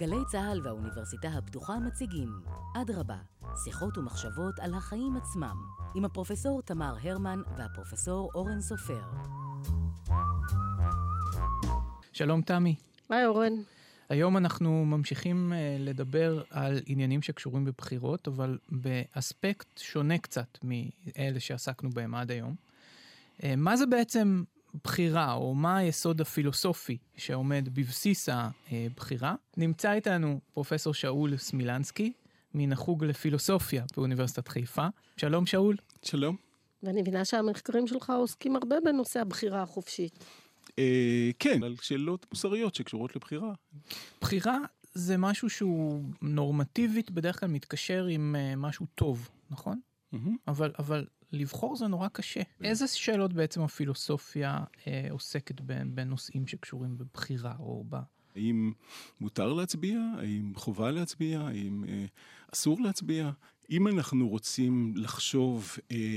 גלי צהל והאוניברסיטה הפתוחה מציגים אדרבה, שיחות ומחשבות על החיים עצמם, עם הפרופסור תמר הרמן והפרופסור אורן סופר. שלום תמי. היי אורן. היום אנחנו ממשיכים לדבר על עניינים שקשורים בבחירות, אבל באספקט שונה קצת מאלה שעסקנו בהם עד היום. מה זה בעצם בחירה, או מה היסוד הפילוסופי שעומד בבסיס הבחירה? נמצא איתנו פרופסור שאול סמילנסקי, מן החוג לפילוסופיה באוניברסיטת חיפה. שלום שאול. שלום. ואני מבינה שהמחקרים שלך עוסקים הרבה בנושא הבחירה החופשית. כן, על שאלות מוסריות שקשורות לבחירה. בחירה זה משהו שהוא נורמטיבית, בדרך כלל מתקשר עם משהו טוב, נכון? אבל לבחור זה נורא קשה. איזה שאלות בעצם הפילוסופיה עוסקת בנושאים שקשורים בבחירה או ב... האם מותר להצביע? האם חובה להצביע? האם אסור להצביע? אם אנחנו רוצים לחשוב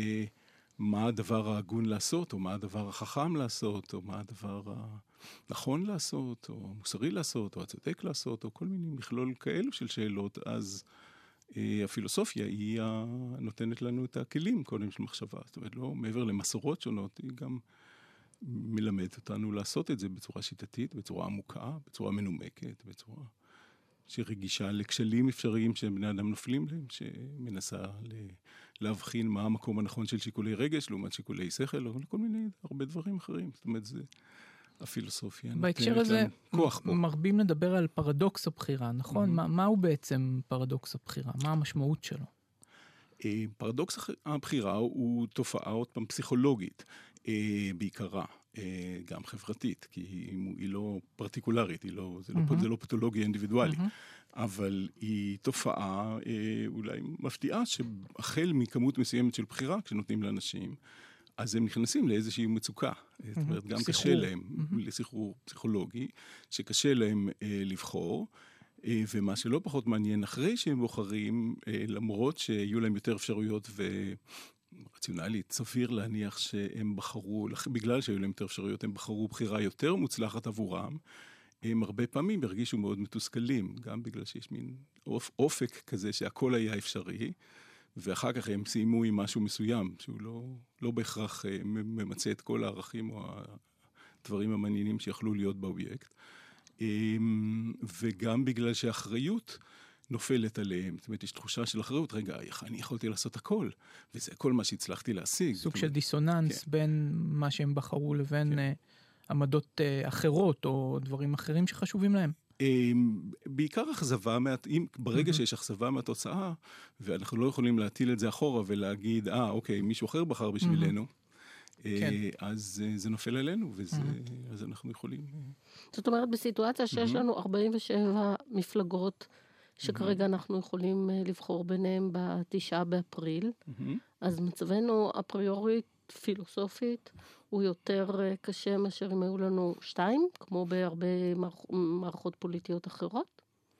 מה הדבר ההגון לעשות, או מה הדבר החכם לעשות, או מה הדבר הנכון לעשות, או מוסרי לעשות, או הצודק לעשות, או כל מיני מכלול כאלו של שאלות, אז הפילוסופיה היא נותנת לנו את הכלים קודם של מחשבה. זאת אומרת, לא מעבר למסורות שונות, היא גם מלמדת אותנו לעשות את זה בצורה שיטתית, בצורה עמוקה, בצורה מנומקת, בצורה שרגישה לכשלים אפשריים שבני אדם נופלים להם, שמנסה להבחין מה המקום הנכון של שיקולי רגש, לעומת שיקולי שכל, או כל מיני הרבה דברים אחרים. זאת אומרת, זה הפילוסופיה. בהקשר הזה, מרבים לדבר על פרדוקס הבחירה, נכון? מהו בעצם פרדוקס הבחירה? מה המשמעות שלו? פרדוקס הבחירה הוא תופעה עוד פעם פסיכולוגית, בעיקרה, גם חברתית, כי היא לא פרטיקולרית, זה לא פתולוגיה אינדיבידואלית, אבל היא תופעה אולי מפתיעה, שהחל מכמות מסוימת של בחירה, כשנותנים לאנשים, אז הם נכנסים לאיזושהי מצוקה, זאת אומרת, גם קשה להם, לסחרור פסיכולוגי, שקשה להם לבחור, ומה שלא פחות מעניין, אחרי שהם בוחרים, למרות שיהיו להם יותר אפשרויות ורציונלית, סביר להניח שהם בחרו, בגלל שהיו להם יותר אפשרויות, הם בחרו בחירה יותר מוצלחת עבורם, הם הרבה פעמים הרגישו מאוד מתוסכלים, גם בגלל שיש מין אופק כזה שהכל היה אפשרי, ואחר כך הם סיימו עם משהו מסוים, שהוא לא בהכרח ממצא את כל הערכים או הדברים המעניינים שיכלו להיות באובייקט. וגם בגלל שהאחריות נופלת עליהם. זאת אומרת, יש תחושה של אחריות, רגע, אני יכולתי לעשות הכל, וזה כל מה שהצלחתי להשיג. סוג של דיסוננס בין מה שהם בחרו לבין עמדות אחרות, או דברים אחרים שחשובים להם. בעיקר אכזבה, ברגע שיש אכזבה מהתוצאה, ואנחנו לא יכולים להטיל את זה אחורה ולהגיד, אוקיי, מישהו אחר בחר בשבילנו, אז זה נופל עלינו, אז אנחנו יכולים... זאת אומרת, בסיטואציה שיש לנו 47 מפלגות, שכרגע אנחנו יכולים לבחור ביניהם ב9 באפריל, אז מצבנו אפריורית, פילוסופית, הוא יותר קשה מאשר אם היו לנו 2, כמו בהרבה מערכות פוליטיות אחרות?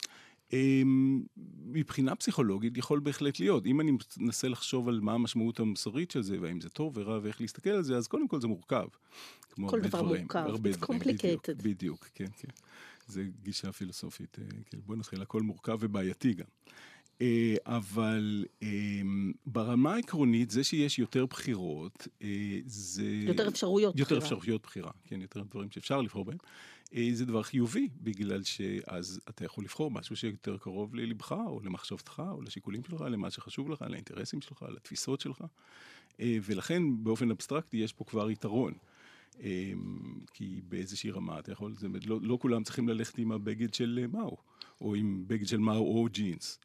מבחינה פסיכולוגית יכול בהחלט להיות. אם אני מנסה לחשוב על מה המשמעות המוסרית של זה, והאם זה טוב ורע ואיך להסתכל על זה, אז קודם כל זה מורכב. כל דבר מורכב, it's complicated. בדיוק, כן. זה גישה פילוסופית. בוא נתחיל, הכל מורכב ובעייתי גם. אבל ברמה העקרונית, זה שיש יותר בחירות, זה... יותר אפשרויות בחירה. יותר אפשרויות בחירה, כן, יותר דברים שאפשר לבחור בהם. זה דבר חיובי, בגלל שאז אתה יכול לבחור משהו שיותר קרוב ללבך, או למחשבתך, או לשיקולים שלך, למה שחשוב לך, לאינטרסים שלך, לתפיסות שלך. ולכן, באופן אבסטרקטי, יש פה כבר יתרון. כי באיזושהי רמה, אתה יכול, לא כולם צריכים ללכת עם הבגד של מאו, או עם בגד של מאו או ג'ינס.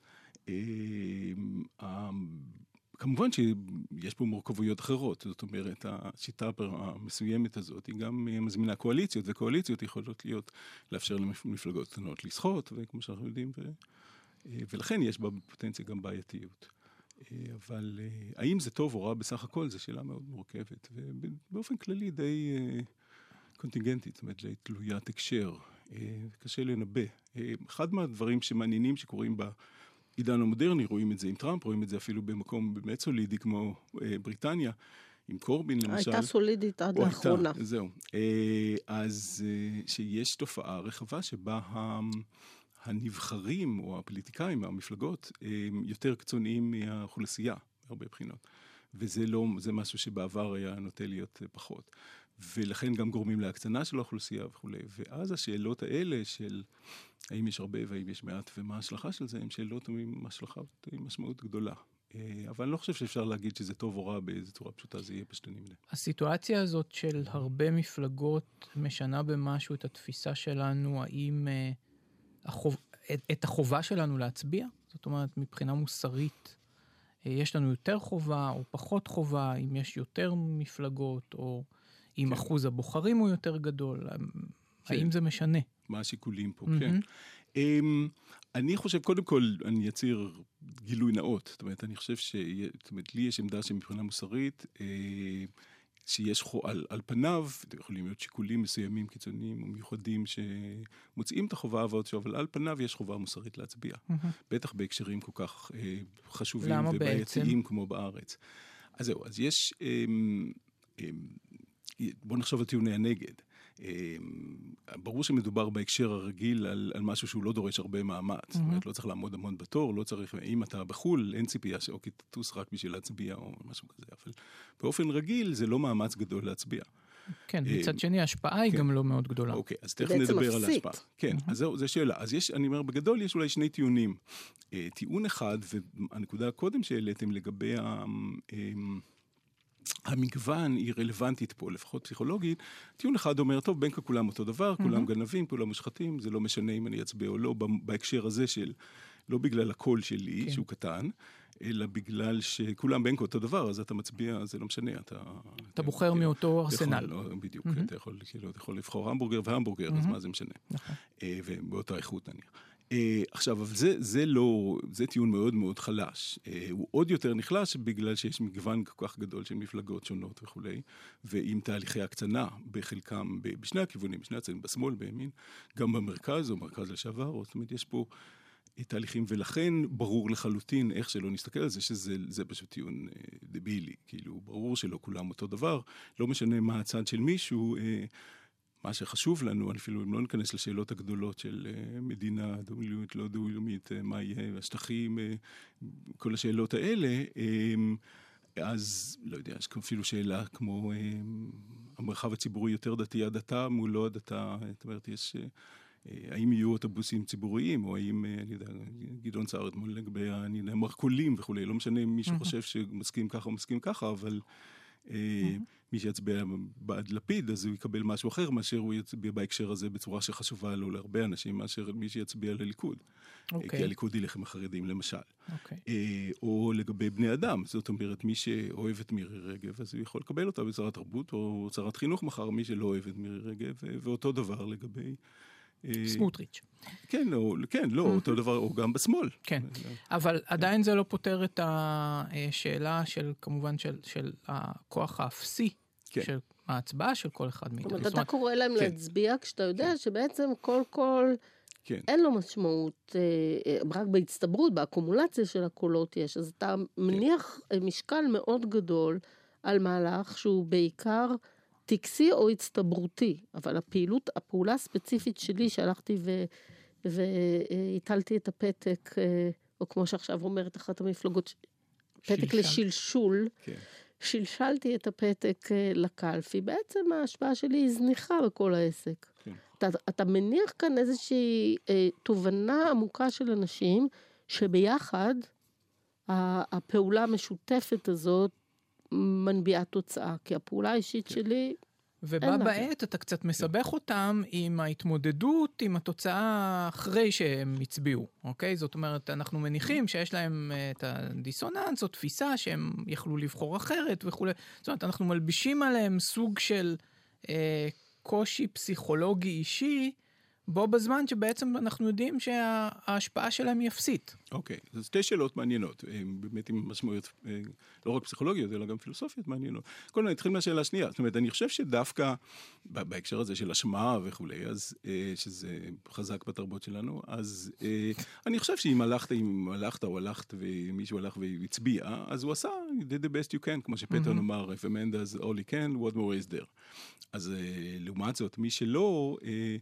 כמובן שיש פה מורכבויות אחרות, זאת אומרת, השיטה המסוימת הזאת היא גם מזמינה קואליציות, וקואליציות יכולות לאפשר למפלגות קטנות לשחות, וכמו שאנחנו יודעים, ולכן יש בה פוטנציה גם בעייתיות. אבל האם זה טוב או רע בסך הכל, זו שאלה מאוד מורכבת, ובאופן כללי די קונטינגנטית, זאת אומרת, תלוית הקשר, קשה לנבא. אחד מהדברים שמעניינים שקורים בעידן המודרני, רואים את זה עם טראמפ, רואים את זה אפילו במקום באמת סולידי כמו בריטניה, עם קורבין למשל. הייתה סולידית עד לאחרונה. זהו. אז שיש תופעה רחבה שבה הנבחרים או הפוליטיקאים מהמפלגות הם יותר קיצוניים מהאוכלוסייה, הרבה בחינות. וזה לא, זה משהו שבעבר היה נוטה להיות פחות. ולכן גם גורמים להקצנה של האוכלוסייה וכו'. ואז השאלות האלה של האם יש הרבה והאם יש מעט ומה ההשלכה של זה, הן שאלות עם השלכה עם משמעות גדולה. אבל אני לא חושב שאפשר להגיד שזה טוב או רע באיזו צורה פשוטה, זה יהיה פשטני מלא. הסיטואציה הזאת של הרבה מפלגות משנה במשהו את התפיסה שלנו, האם את החובה שלנו להצביע? זאת אומרת, מבחינה מוסרית, יש לנו יותר חובה או פחות חובה, אם יש יותר מפלגות, או אם אחוז הבוחרים הוא יותר גדול, האם זה משנה? מה השיקולים פה, כן. אני חושב, קודם כל, אני אציר גילוי נאות. זאת אומרת, אני חושב לי יש עמדה שמבחינה מוסרית, שיש על פניו, יכולים להיות שיקולים מסוימים, קיצוניים ומיוחדים שמוצאים את החובה הזאת, אבל על פניו יש חובה מוסרית להצביע. בטח בהקשרים כל כך חשובים ובעייתיים כמו בארץ. אז זהו, אז יש, בוא נחשוב על טיעוני הנגד. ברור שמדובר בהקשר הרגיל על משהו שהוא לא דורש הרבה מאמץ. זאת אומרת, לא צריך לעמוד המון בתור, לא צריך, אם אתה בחול, אין ציפייה שאוקיי, תטוס רק בשביל להצביע או משהו כזה. אבל באופן רגיל זה לא מאמץ גדול להצביע. כן, מצד שני, ההשפעה היא גם לא מאוד גדולה. אוקיי, אז תכף נדבר על ההשפעה. כן, אז זו שאלה. אז יש, אני אומר, בגדול יש אולי שני טיעונים. טיעון אחד, והנקודה הקודם שהעליתם לגבי המגוון היא רלוונטית פה, לפחות פסיכולוגית. טיעון אחד אומר, טוב, בין כולם אותו דבר, כולם גנבים, כולם מושחתים, זה לא משנה אם אני אצביע או לא, בהקשר הזה של, לא בגלל הקול שלי, שהוא קטן, אלא בגלל שכולם בין אותו דבר, אז אתה מצביע, זה לא משנה, אתה בוחר מאותו ארסנל. בדיוק, אתה יכול לבחור המבורגר והמבורגר, אז מה זה משנה? ובאותה איכות נניח. עכשיו, אבל זה טיעון מאוד מאוד חלש. הוא עוד יותר נחלש בגלל שיש מגוון כל כך גדול של מפלגות שונות וכו'. ועם תהליכי הקצנה בחלקם, בשני הכיוונים, בשני הצדדים, בשמאל, בימין, גם במרכז או מרכז לשעבר, זאת אומרת, יש פה תהליכים, ולכן ברור לחלוטין, איך שלא נסתכל על זה, שזה פשוט טיעון דבילי. כאילו, ברור שלא כולם אותו דבר, לא משנה מה הצד של מישהו, מה שחשוב לנו, אפילו אם לא ניכנס לשאלות הגדולות של מדינה דו-לאומית, לא דו-לאומית, מה יהיה, השטחים, כל השאלות האלה, אז לא יודע, יש אפילו שאלה כמו המרחב הציבורי יותר דתי הדתה מול לא הדתה, זאת אומרת, יש, האם יהיו אוטובוסים ציבוריים, או האם, אני יודע, גדעון סער אתמול לגבי מרכולים וכו', לא משנה אם מישהו חושב שמסכים ככה או מסכים ככה, אבל מי שיצביע בעד לפיד, אז הוא יקבל משהו אחר, מאשר הוא יצביע בהקשר הזה בצורה שחשובה לו להרבה אנשים, מאשר מי שיצביע לליכוד. כי הליכוד ילך עם החרדים, למשל. או לגבי בני אדם, זאת אומרת, מי שאוהב את מירי רגב, אז הוא יכול לקבל אותה בצרת תרבות, או צרת חינוך מחר, מי שלא אוהב את מירי רגב, ואותו דבר לגבי סמוטריץ'. כן, לא, אותו דבר, או גם בשמאל. כן, אבל עדיין זה לא פותר את השאלה של, כמובן, של הכוח האפסי, של ההצבעה של כל אחד מאיתנו. זאת אומרת, אתה קורא להם להצביע, כשאתה יודע שבעצם כל אין לו משמעות, רק בהצטברות, באקומולציה של הקולות יש, אז אתה מניח משקל מאוד גדול על מהלך שהוא בעיקר טקסי או הצטברותי, אבל הפעולה הספציפית שלי, שהלכתי והטלתי את הפתק, או כמו שעכשיו אומרת אחת המפלגות, פתק לשלשול, שלשלתי את הפתק לקלפי, בעצם ההשפעה שלי היא זניחה בכל העסק. אתה מניח כאן איזושהי תובנה עמוקה של אנשים, שביחד הפעולה המשותפת הזאת מנביעה תוצאה, כי הפעולה האישית שלי ובה בעת אתה קצת מסבך אותם עם ההתמודדות, עם התוצאה אחרי שהם הצביעו, אוקיי? זאת אומרת, אנחנו מניחים שיש להם את הדיסוננס או תפיסה שהם יכלו לבחור אחרת וכו'. זאת אומרת, אנחנו מלבישים עליהם סוג של קושי פסיכולוגי אישי, בו בזמן שבעצם אנחנו יודעים שההשפעה שלהם היא אפסית. אוקיי, אז שתי שאלות מעניינות, באמת עם משמעויות, לא רק פסיכולוגיות, אלא גם פילוסופיות מעניינות. קודם כל, נתחיל מהשאלה השנייה, זאת אומרת, אני חושב שדווקא בהקשר הזה של השמעה וכולי, אז שזה חזק בתרבות שלנו, אז אני חושב שאם הלכת או הלכת ומישהו הלך והצביע, אז הוא עשה, you did the best you can, כמו שפטר נאמר, if a man does all he can, what more is there. אז לעומת זאת, מי שלא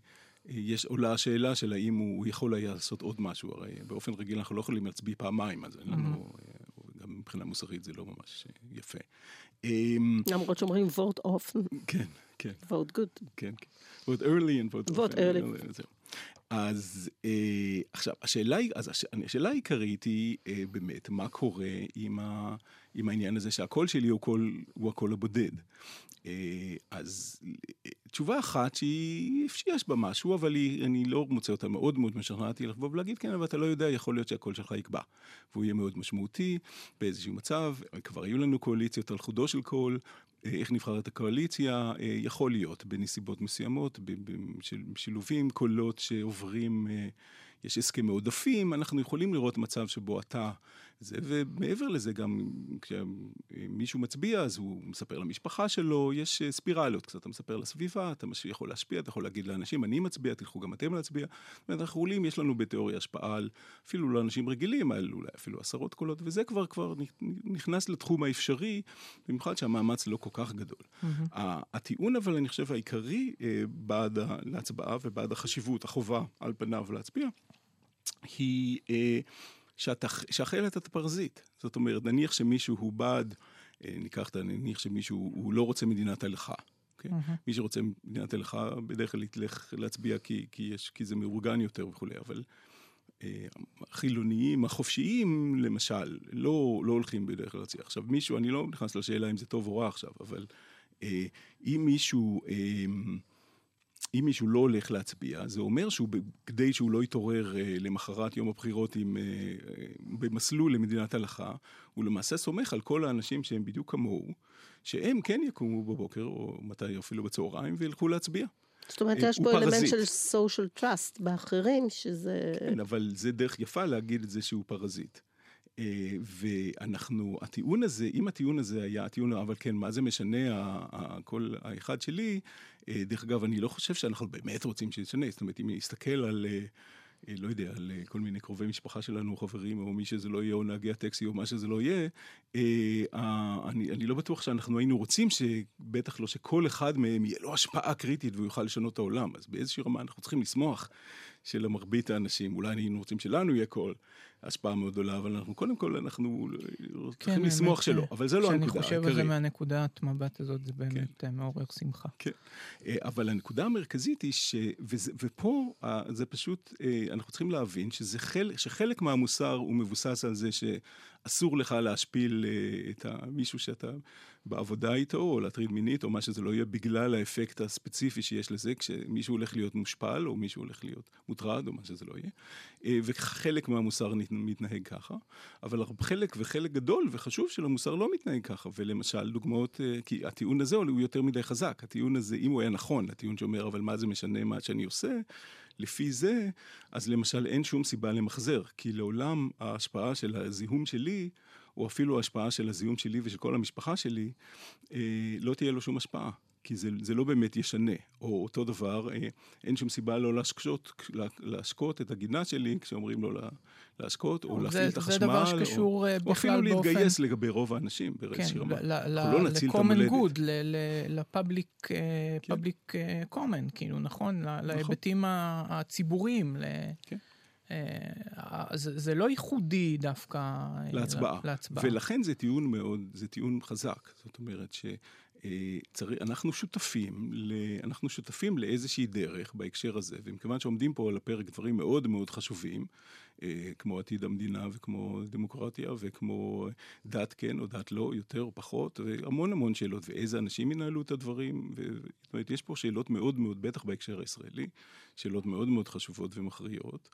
עולה השאלה של האם הוא יכול היה לעשות עוד משהו, הרי באופן רגיל אנחנו לא יכולים להצביע פעמיים, אז אין לנו, גם מבחינה מוסרית זה לא ממש יפה. למרות שאומרים vote often. כן, כן. vote good. כן, כן. vote early and vote often. vote early. אז עכשיו, השאלה העיקרית היא באמת, מה קורה עם העניין הזה שהקול שלי הוא הקול הבודד. אז תשובה אחת שיש בה משהו, אבל אני לא מוצא אותה מאוד מאוד משכנעתי לבוא ולהגיד, כן, אבל אתה לא יודע, יכול להיות שהקול שלך יקבע. והוא יהיה מאוד משמעותי באיזשהו מצב, כבר היו לנו קואליציות על חודו של קול, איך נבחרת הקואליציה, יכול להיות בנסיבות מסוימות, בשילובים, קולות שעוברים, יש הסכמי עודפים, אנחנו יכולים לראות מצב שבו אתה, ומעבר לזה גם כשמישהו מצביע, אז הוא מספר למשפחה שלו, יש ספירלות, קצת אתה מספר לסביבה, אתה יכול להשפיע, אתה יכול להגיד לאנשים, אני מצביע, תלכו גם אתם להצביע, ואנחנו עולים, יש לנו בתיאוריה השפעה על, אפילו לא אנשים רגילים, על אולי אפילו 10 קולות, וזה כבר נכנס לתחום האפשרי, במיוחד שהמאמץ לא כל כך גדול. הטיעון אבל אני חושב העיקרי בעד להצבעה ובעד החשיבות, החובה על פניו להצביע, היא שהחיילת אתה פרזיט. זאת אומרת, נניח שמישהו הוא בעד, נניח שמישהו הוא לא רוצה מדינת הלכה. מי שרוצה מדינת הלכה בדרך כלל יתלך להצביע כי זה מאורגן יותר וכו', אבל החילוניים, החופשיים למשל, לא הולכים בדרך כלל להצביע. עכשיו מישהו, אני לא נכנס לשאלה אם זה טוב או רע עכשיו, אבל אם מישהו לא הולך להצביע, זה אומר כדי שהוא לא יתעורר למחרת יום הבחירות במסלול למדינת הלכה, הוא למעשה סומך על כל האנשים שהם בדיוק כמוהו, שהם כן יקומו בבוקר, או מתי אפילו בצהריים, וילכו להצביע. זאת אומרת, יש פה אלמנט של social trust באחרים, שזה... כן, אבל זה דרך יפה להגיד את זה שהוא פרזיט. ואנחנו, הטיעון הזה, אם הטיעון הזה היה הטיעון, אבל כן, מה זה משנה, כל האחד שלי, דרך אגב, אני לא חושב שאנחנו באמת רוצים שישנה, זאת אומרת, אם נסתכל על, לא יודע, על כל מיני קרובי משפחה שלנו, חברים, או מי שזה לא יהיה, או נהגי הטקסי, או מה שזה לא יהיה, אני לא בטוח שאנחנו היינו רוצים שבטח לא שכל אחד מהם יהיה לו השפעה קריטית והוא יוכל לשנות את העולם, אז באיזושהי רמה אנחנו צריכים לשמוח שלמרבית האנשים, אולי היינו רוצים שלנו יהיה כל השפעה מאוד גדולה, אבל אנחנו קודם כל, אנחנו צריכים לשמוח שלו, אבל זה לא הנקודה. כשאני חושב על זה מהנקודת מבט הזאת, זה באמת מעורר שמחה. כן, אבל הנקודה המרכזית היא ופה זה פשוט, אנחנו צריכים להבין שחלק מהמוסר הוא מבוסס על זה שאסור לך להשפיל את מישהו שאתה בעבודה איתו, או להטריד מינית, או מה שזה לא יהיה, בגלל האפקט הספציפי שיש לזה, כשמישהו הולך להיות מושפל, או מישהו הולך להיות מוטרד, או מה שזה לא יהיה. וחלק מהמוסר מתנהג ככה, אבל חלק גדול וחשוב של המוסר לא מתנהג ככה, ולמשל דוגמאות, כי הטיעון הזה הוא יותר מדי חזק, הטיעון הזה, אם הוא היה נכון, הטיעון שאומר, אבל מה זה משנה מה שאני עושה, לפי זה, אז למשל אין שום סיבה למחזר, כי לעולם ההשפעה של הזיהום שלי, או אפילו ההשפעה של הזיהום שלי ושל כל המשפחה שלי, לא תהיה לו שום השפעה. כי זה לא באמת ישנה. או אותו דבר, אין שום סיבה לא להשקות את הגינה שלי, כשאומרים לו להשקות, או להפעיל את החשמל. זה דבר שקשור בכלל באופן... או אפילו להתגייס לגבי רוב האנשים, באיזושהי רמה. ל-common good, ל-public common, כאילו, נכון? להיבטים הציבוריים. זה לא ייחודי דווקא להצבעה. ולכן זה טיעון חזק. זאת אומרת אנחנו שותפים לאיזושהי דרך בהקשר הזה, ומכיוון שעומדים פה על הפרק דברים מאוד מאוד חשובים, כמו עתיד המדינה וכמו דמוקרטיה וכמו דת כן או דת לא, יותר או פחות, והמון המון שאלות, ואיזה אנשים ינהלו את הדברים, זאת אומרת, יש פה שאלות מאוד מאוד, בטח בהקשר הישראלי, שאלות מאוד מאוד חשובות ומכריעות,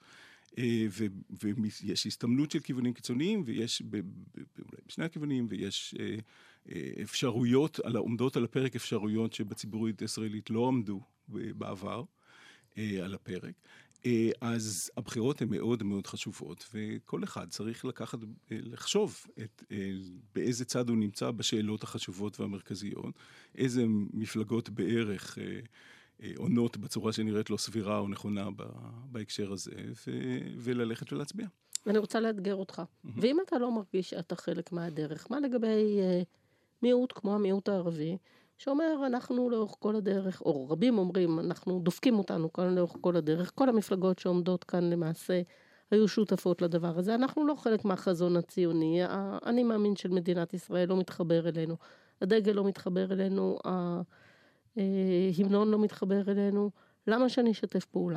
ויש הסתמנות של כיוונים קיצוניים, ויש אולי בשני הכיוונים, ויש אפשרויות, עומדות על הפרק אפשרויות שבציבורית הישראלית לא עמדו בעבר על הפרק. אז הבחירות הן מאוד מאוד חשובות, וכל אחד צריך לחשוב באיזה צד הוא נמצא בשאלות החשובות והמרכזיות, איזה מפלגות בערך עונות בצורה שנראית לו סבירה או נכונה בהקשר הזה, וללכת ולהצביע. אני רוצה לאתגר אותך. ואם אתה לא מרגיש שאתה חלק מהדרך, מה לגבי מיעוט כמו המיעוט הערבי, שאומר, אנחנו לאורך כל הדרך, או רבים אומרים, אנחנו דופקים אותנו כאן לאורך כל הדרך, כל המפלגות שעומדות כאן למעשה היו שותפות לדבר הזה. אנחנו לא חלק מהחזון הציוני, אני מאמין של מדינת ישראל לא מתחבר אלינו, הדגל לא מתחבר אלינו, ההמנון לא מתחבר אלינו, למה שאני אשתף פעולה?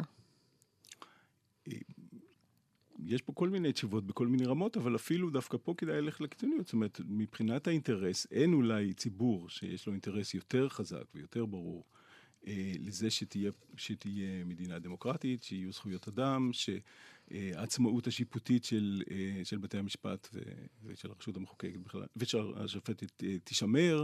יש פה כל מיני תשובות בכל מיני רמות, אבל אפילו דווקא פה כדאי ללכת לקיצוניות. זאת אומרת, מבחינת האינטרס, אין אולי ציבור שיש לו אינטרס יותר חזק ויותר ברור לזה שתהיה מדינה דמוקרטית, שיהיו זכויות אדם, שהעצמאות השיפוטית של בתי המשפט ושל הרשות המחוקקת בכלל, ושל השופטת תישמר,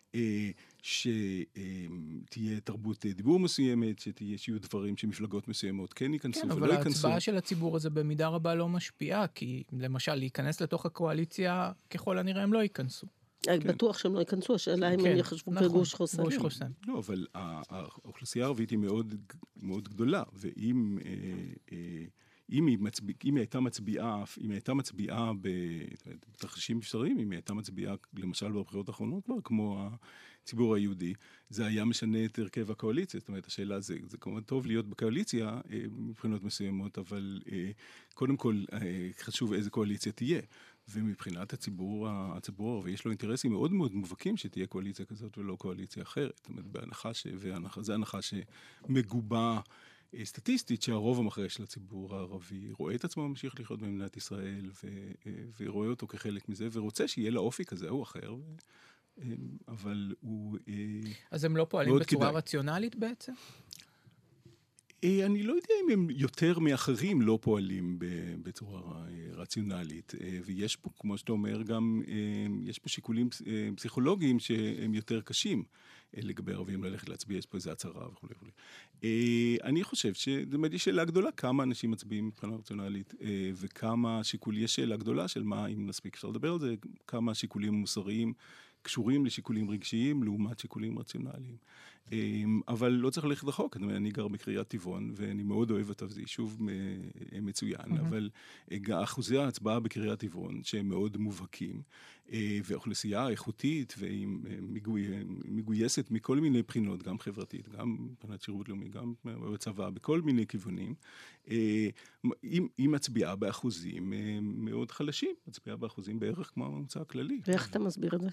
שתהיה תרבות דיבור מסוימת, שיהיו דברים שמפלגות מסוימות כן ייכנסו ולא ייכנסו. אבל ההצבעה של הציבור הזה במידה רבה לא משפיעה, כי למשל להיכנס לתוך הקואליציה, ככל הנראה הם לא ייכנסו. בטוח שהם לא ייכנסו, השאלה אם הם יחשבו כגוש חוסן. גוש חוסן. לא, אבל האוכלוסייה הערבית היא מאוד, מאוד גדולה, ואם אם היא הייתה מצביעה בתרחישים אפשריים, אם היא הייתה מצביעה למשל בבחירות האחרונות כבר, כמו הציבור היהודי, זה היה משנה את הרכב הקואליציה. זאת אומרת, השאלה זה כמובן טוב להיות בקואליציה מבחינות מסוימות, אבל קודם כל חשוב איזה קואליציה תהיה. ומבחינת הציבור הערבי יש לו אינטרסים מאוד מאוד מובהקים שתהיה קואליציה כזאת ולא קואליציה אחרת. זאת אומרת, זו הנחה שמגובה סטטיסטית שהרוב המכריע של הציבור הערבי רואה את עצמו ממשיך לחיות במדינת ישראל ורואה אותו כחלק מזה ורוצה שיהיה לה אופי כזה או אחר, אבל הוא אז הם לא פועלים בצורה רציונלית בעצם? אני לא יודע אם הם יותר מאחרים לא פועלים בצורה רציונלית, ויש פה, כמו שאתה אומר, גם יש פה שיקולים פסיכולוגיים שהם יותר קשים לגבי ערבים ללכת להצביע, יש פה איזו הצהרה וכו' וכו'. אני חושב שזו שאלה גדולה, כמה אנשים מצביעים מבחינה רציונלית, וכמה יש שאלה גדולה של מה, אם נספיק אפשר לדבר על זה, כמה שיקולים מוסריים קשורים לשיקולים רגשיים לעומת שיקולים רציונליים. אבל לא צריך ללכת רחוק, אני גר בקריית טבעון, ואני מאוד אוהב אותה, וזה יישוב מצוין, אבל אחוזי ההצבעה בקריית טבעון, שהם מאוד מובהקים, והאוכלוסייה איכותית, ומגויסת מכל מיני בחינות, גם חברתית, גם מבחינת שירות לאומי, גם בצבא, בכל מיני כיוונים, היא מצביעה באחוזים מאוד חלשים, מצביעה באחוזים בערך כמו הממוצע הכללי. ואיך אתה מסביר את זה?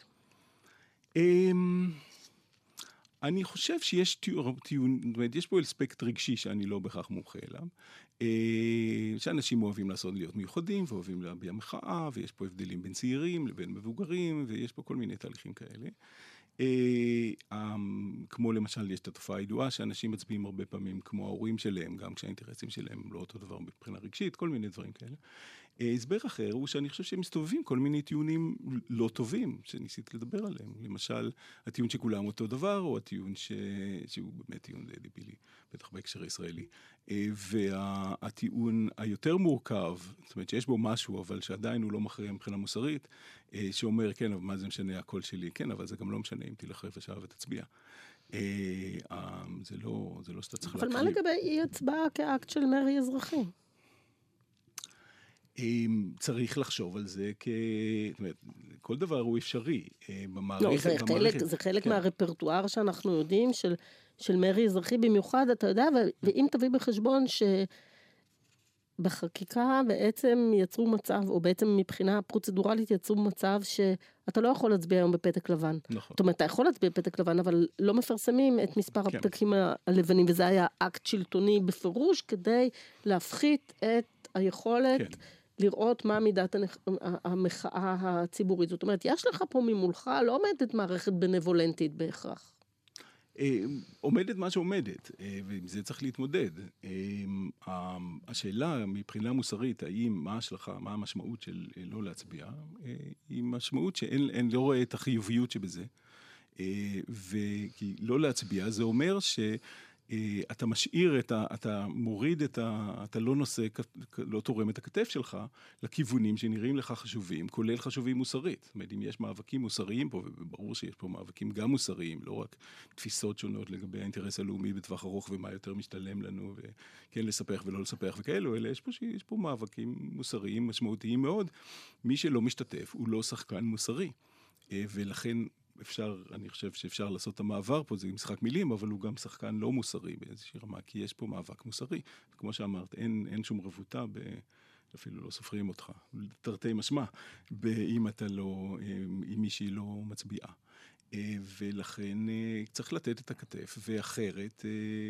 אני חושב שיש טיעון, זאת אומרת, יש פה אספקט רגשי שאני לא בהכרח מומחה אליו, שאנשים אוהבים להיות מיוחדים, ואוהבים להביע מחאה, ויש פה הבדלים בין צעירים לבין מבוגרים, ויש פה כל מיני תהליכים כאלה. כמו למשל, יש את התופעה הידועה, שאנשים מצביעים הרבה פעמים כמו ההורים שלהם, גם כשהאינטרסים שלהם לא אותו דבר מבחינה רגשית, כל מיני דברים כאלה. הסבר אחר הוא שאני חושב שהם מסתובבים כל מיני טיעונים לא טובים שניסית לדבר עליהם. למשל, הטיעון שכולם אותו דבר, או הטיעון שהוא באמת טיעון דבילי, בטח בהקשר הישראלי. והטיעון היותר מורכב, זאת אומרת שיש בו משהו, אבל שעדיין הוא לא מכריע מבחינה מוסרית, שאומר, כן, אבל מה זה משנה הקול שלי? כן, אבל זה גם לא משנה אם תלך רבע שעה ותצביע. זה לא שאתה צריך להקריב. אבל מה לגבי אי הצבעה כאקט של מרי אזרחי? צריך לחשוב על זה זאת אומרת, כל דבר הוא אפשרי במערכת. לא, זה חלק מהרפרטואר שאנחנו יודעים של מרי אזרחי במיוחד, אתה יודע, ואם תביא בחשבון שבחקיקה בעצם יצרו מצב, או בעצם מבחינה פרוצדורלית יצרו מצב שאתה לא יכול להצביע היום בפתק לבן. נכון. זאת אומרת, אתה יכול להצביע בפתק לבן, אבל לא מפרסמים את מספר הפתקים הלבנים, וזה היה אקט שלטוני בפירוש, כדי להפחית את היכולת לראות מה מידת המחאה הציבורית. זאת אומרת, יש לך פה ממולך, לא עומדת מערכת בנבולנטית בהכרח. עומדת מה שעומדת, ועם זה צריך להתמודד. השאלה מבחינה מוסרית, מה ההשלכה, מה המשמעות של לא להצביע, היא משמעות שאין לא רואה את החיוביות שבזה. וכי לא להצביע, זה אומר אתה משאיר אתה מוריד אתה לא נושא, לא תורם את הכתף שלך לכיוונים שנראים לך חשובים, כולל חשובים מוסרית. זאת אומרת, אם יש מאבקים מוסריים פה, וברור שיש פה מאבקים גם מוסריים, לא רק תפיסות שונות לגבי האינטרס הלאומי בטווח ארוך, ומה יותר משתלם לנו, וכן לספח ולא לספח וכאלו, אלא יש פה מאבקים מוסריים משמעותיים מאוד. מי שלא משתתף הוא לא שחקן מוסרי, ולכן אני חושב שאפשר לעשות את המעבר פה, זה משחק מילים, אבל הוא גם שחקן לא מוסרי באיזושהי רמה, כי יש פה מאבק מוסרי. כמו שאמרת, אין שום רבותה, אפילו לא סופרים אותך, תרתי משמע, אם מישהי לא מצביעה. ולכן צריך לתת את הכתף, ואחרת,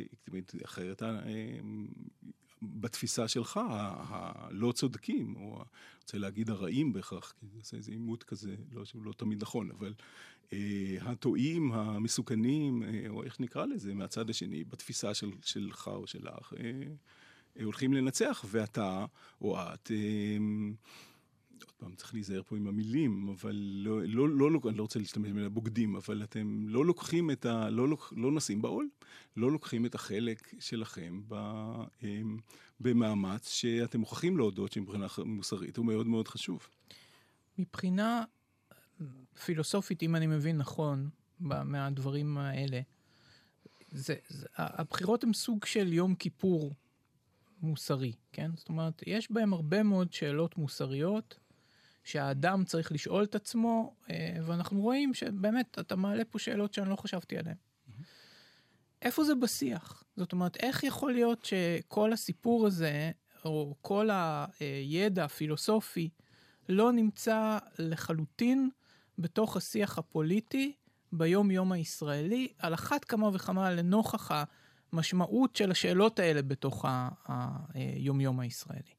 בתפיסה שלך, הלא צודקים, או רוצה להגיד הרעים בכך, כי זה איזה עימות כזה, שהוא לא תמיד נכון, אבל הטועים, המסוכנים, או איך נקרא לזה, מהצד השני, בתפיסה שלך או שלך, הולכים לנצח, ואתה או את, עוד פעם צריך להיזהר פה עם המילים, אבל אני לא רוצה להשתמש במילה בוגדים, אבל אתם לא לוקחים לא נושאים בעול, לא לוקחים את החלק שלכם במאמץ שאתם מוכרחים להודות שמבחינה מוסרית הוא מאוד מאוד חשוב. מבחינה פילוסופית, אם אני מבין נכון, מהדברים האלה, הבחירות הם סוג של יום כיפור מוסרי, כן? זאת אומרת, יש בהם הרבה מאוד שאלות מוסריות, שהאדם צריך לשאול את עצמו, ואנחנו רואים שבאמת אתה מעלה פה שאלות שאני לא חשבתי עליהן. איפה זה בשיח? זאת אומרת, איך יכול להיות שכל הסיפור הזה, או כל הידע הפילוסופי, לא נמצא לחלוטין בתוך השיח הפוליטי, ביום-יום הישראלי, על אחת כמה וכמה לנוכח המשמעות של השאלות האלה בתוך היום-יום הישראלי.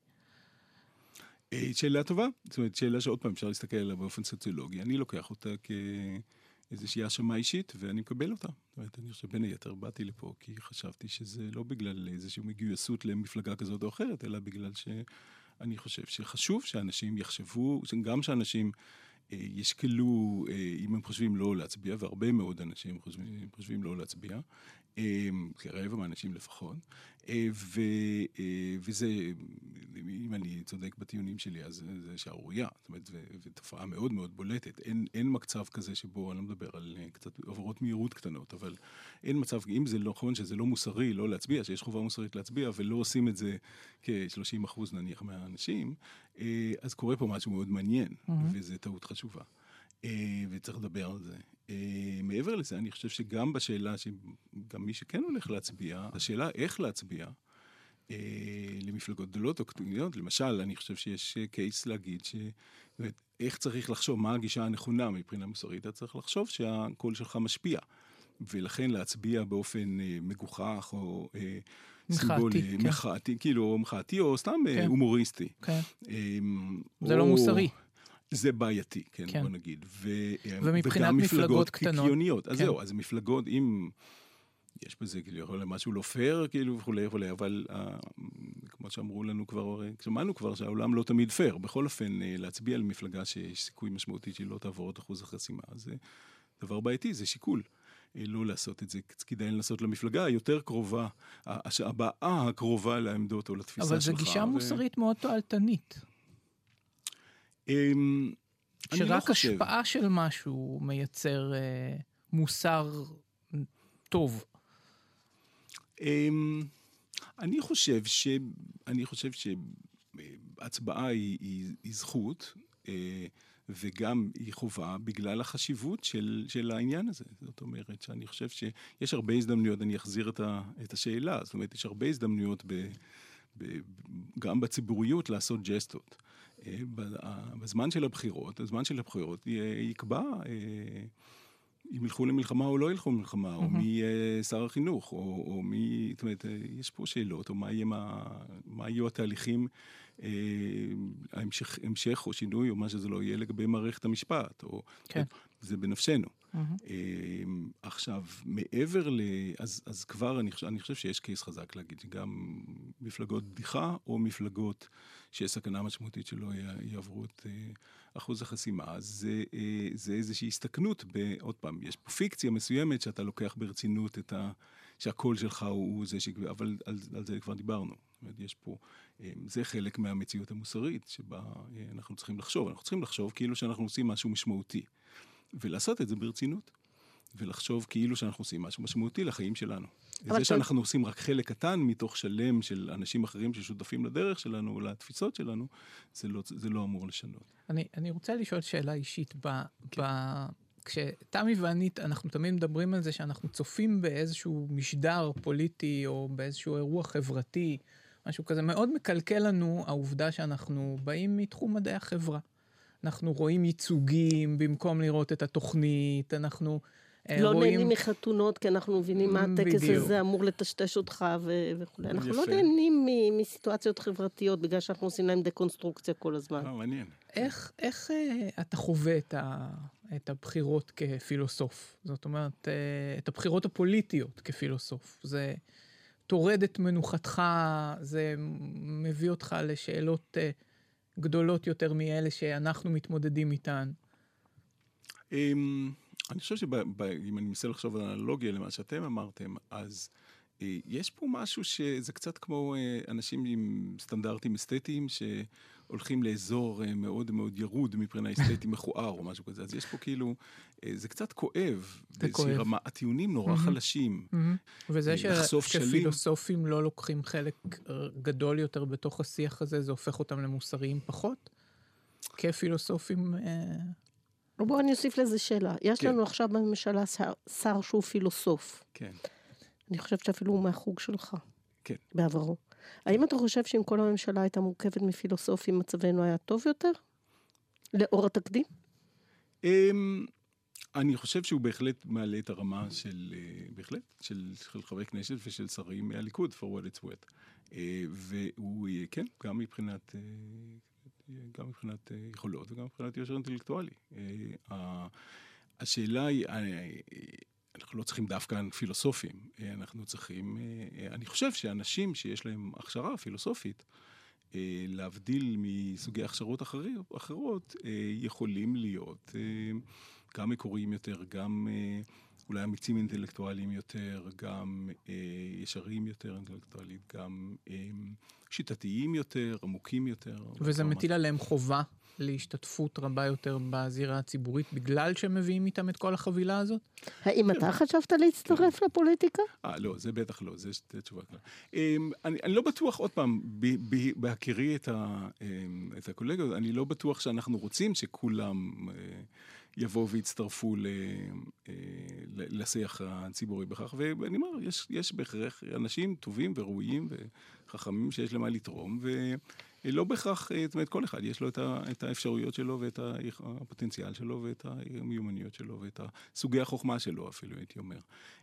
שאלה טובה, זאת אומרת, שאלה שעוד פעם אפשר להסתכל עליה באופן סוציולוגי. אני לוקח אותה כאיזושהי האשמה אישית, ואני מקבל אותה. זאת אומרת, אני חושב בין היתר באתי לפה, כי חשבתי שזה לא בגלל איזושהי מגויסות למפלגה כזאת או אחרת, אלא בגלל שאני חושב שחשוב שאנשים יחשבו, גם שאנשים ישקלו, אם הם חושבים לא להצביע, והרבה מאוד אנשים חושבים לא להצביע, כרבע מהאנשים לפחות, וזה, אם אני צודק בטיעונים שלי, אז זה שערורייה, זאת אומרת, ותופעה מאוד מאוד בולטת. אין מצב כזה שבו, אני לא מדבר על קצת עברות מהירות קטנות, אבל אין מצב, אם זה לא נכון, שזה לא מוסרי, לא להצביע, שיש חובה מוסרית להצביע, ולא עושים את זה כ-30% נניח מהאנשים, אז קורה פה משהו מאוד מעניין, וזו טעות חשובה. וצריך לדבר על זה. מעבר לזה, אני חושב שגם בשאלה, שגם מי שכן הולך להצביע, השאלה איך להצביע, למפלגות גדולות או קטנות, למשל, אני חושב שיש קייס להגיד איך צריך לחשוב, מה הגישה הנכונה מבחינה מוסרית, אתה צריך לחשוב שהקול שלך משפיע, ולכן להצביע באופן מגוחך או סימבולי, מחאתי, כאילו מחאתי או סתם הומוריסטי. זה לא מוסרי. זה בעייתי, כן, בוא נגיד. ומבחינת מפלגות קטנות. קיקיוניות. אז זהו, אז מפלגות, אם יש בזה, כאילו, יכול להיות משהו לא פייר, כאילו, וכולי, אבל כמו שאמרו לנו כבר, שמענו כבר שהעולם לא תמיד פייר. בכל אופן, להצביע על מפלגה שיש סיכוי משמעותי שהיא לא תעבור את אחוז החסימה. זה דבר בעייתי, זה שיקול. לא לעשות את זה, כדאי לנסות למפלגה היותר קרובה, הבאה הקרובה לעמדות או לתפיסה שלך. אבל זו גישה מוסרית מאוד תועלתנית. שרק השפעה של משהו מייצר מוסר טוב. אני חושב שהצבעה היא זכות, וגם היא חובה בגלל החשיבות של העניין הזה. זאת אומרת שאני חושב שיש הרבה הזדמנויות, אני אחזיר את השאלה, זאת אומרת יש הרבה הזדמנויות גם בציבוריות לעשות ג'סטות. בזמן של הבחירות יקבע אם ילכו למלחמה או לא ילכו למלחמה, או מי יהיה שר החינוך, או מי, זאת אומרת, יש פה שאלות, או מה יהיו התהליכים, המשך או שינוי, או מה שזה לא יהיה לגבי מערכת המשפט, או זה בנפשנו. עכשיו, מעבר אז כבר אני חושב שיש קייס חזק להגיד, שגם מפלגות בדיחה, או מפלגות שיש סכנה משמעותית שלא יעברו את אחוז החסימה, זה איזושהי הסתכנות, עוד פעם, יש פה פיקציה מסוימת שאתה לוקח ברצינות שהקול שלך הוא זה אבל על זה כבר דיברנו. זאת אומרת, יש פה, זה חלק מהמציאות המוסרית שבה אנחנו צריכים לחשוב. אנחנו צריכים לחשוב כאילו שאנחנו עושים משהו משמעותי. ולעשות את זה ברצינות. ולחשוב כאילו שאנחנו עושים משהו משמעותי לחיים שלנו. זה שאנחנו עושים רק חלק קטן מתוך שלם של אנשים אחרים ששותפים לדרך שלנו או לתפיסות שלנו, זה לא אמור לשנות. אני רוצה לשאול שאלה אישית. כשתמי ואני, אנחנו תמיד מדברים על זה שאנחנו צופים באיזשהו משדר פוליטי, או באיזשהו אירוע חברתי, משהו כזה, מאוד מקלקל לנו העובדה שאנחנו באים מתחום מדעי החברה. אנחנו רואים ייצוגים במקום לראות את התוכנית, אנחנו לא רואים... נהנים מחתונות, כי אנחנו מבינים מה הטקס הזה אמור לטשטש אותך וכו'. אנחנו לא נהנים מסיטואציות חברתיות, בגלל שאנחנו עושים להם דקונסטרוקציה כל הזמן. מעניין. איך אתה חווה את הבחירות כפילוסוף? זאת אומרת, את הבחירות הפוליטיות כפילוסוף. זה תורד את מנוחתך, זה מביא אותך לשאלות גדולות יותר מאלה שאנחנו מתמודדים איתן. אני חושב שאם אני מנסה לחשוב על אנלוגיה למה שאתם אמרתם, אז יש פה משהו שזה קצת כמו אנשים עם סטנדרטים אסתטיים שהולכים לאזור מאוד מאוד ירוד מבחינה אסתטי מכוער או משהו כזה. אז יש פה כאילו, זה קצת כואב. באיזושהי רמה, הטיעונים נורא חלשים. וזה שפילוסופים לא לוקחים חלק גדול יותר בתוך השיח הזה, זה הופך אותם למוסריים פחות? כפילוסופים... בואו אני אוסיף לזה שאלה. יש לנו עכשיו בממשלה שר שהוא פילוסוף. כן. אני חושבת שאפילו הוא מהחוג שלך. כן. בעברו. האם אתה חושב שאם כל הממשלה הייתה מורכבת מפילוסופים, מצבנו היה טוב יותר? לאור התקדים? אני חושב שהוא בהחלט מעלה את הרמה של חברי כנסת ושל שרים מהליכוד, for what it's worth. והוא, כן, גם מבחינת יכולות וגם מבחינת יושר אינטלקטואלי. השאלה היא, אנחנו לא צריכים דווקא פילוסופים, אנחנו צריכים, אני חושב שאנשים שיש להם הכשרה פילוסופית, להבדיל מסוגי הכשרות אחרות, יכולים להיות גם מקוריים יותר, גם אולי אמיצים אינטלקטואליים יותר, גם ישרים יותר אינטלקטואלית, גם שיטתיים יותר, עמוקים יותר. וזה מטיל עליהם חובה להשתתפות רבה יותר בזירה הציבורית, בגלל שהם מביאים איתם את כל החבילה הזאת? האם אתה חשבת להצטרף לפוליטיקה? לא, זה בטח לא, זה תשובה כלל. אני לא בטוח, עוד פעם, בהכירי את הקולגות, אני לא בטוח שאנחנו רוצים שכולם יבואו והצטרפו לשיח הציבורי בכך, ואני אומר, יש בהכרח אנשים טובים וראויים וחכמים שיש למה לתרום, ולא בהכרח, זאת אומרת, כל אחד יש לו את האפשרויות שלו ואת הפוטנציאל שלו ואת המיומנויות שלו ואת סוגי החוכמה שלו אפילו, הייתי אומר.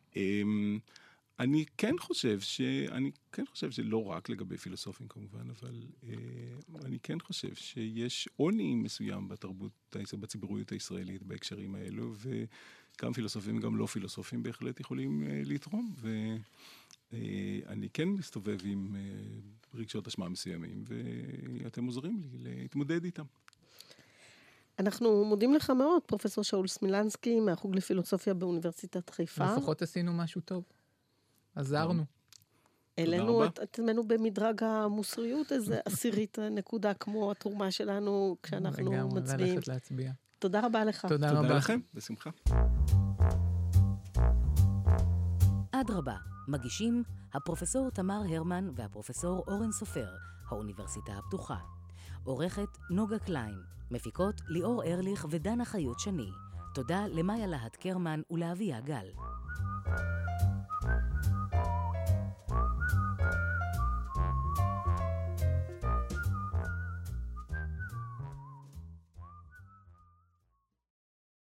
אני כן חושב שלא רק לגבי פילוסופים כמובן, אבל אני כן חושב שיש עוני מסוים בתרבות, בציבוריות הישראלית בהקשרים האלו, וגם פילוסופים וגם לא פילוסופים בהחלט יכולים לתרום, ואני כן מסתובב עם רגשות אשמה מסוימים, ואתם עוזרים לי להתמודד איתם. אנחנו מודים לך מאוד, פרופסור שאול סמילנסקי, מהחוג לפילוסופיה באוניברסיטת חיפה. לפחות עשינו משהו טוב. עזרנו. העלינו את עצמנו במדרג המוסריות, איזה 10 נקודה, כמו התרומה שלנו כשאנחנו מצביעים. לגמרי, ללכת להצביע. תודה רבה לך. תודה רבה. תודה לכם, בשמחה. אדרבה, מגישים הפרופסור תמר הרמן והפרופסור אורן סופר, האוניברסיטה הפתוחה. עורכת נוגה קליין, מפיקות ליאור ארליך ודנה חיות שני. תודה למאיה להט קרמן ולאביה גל.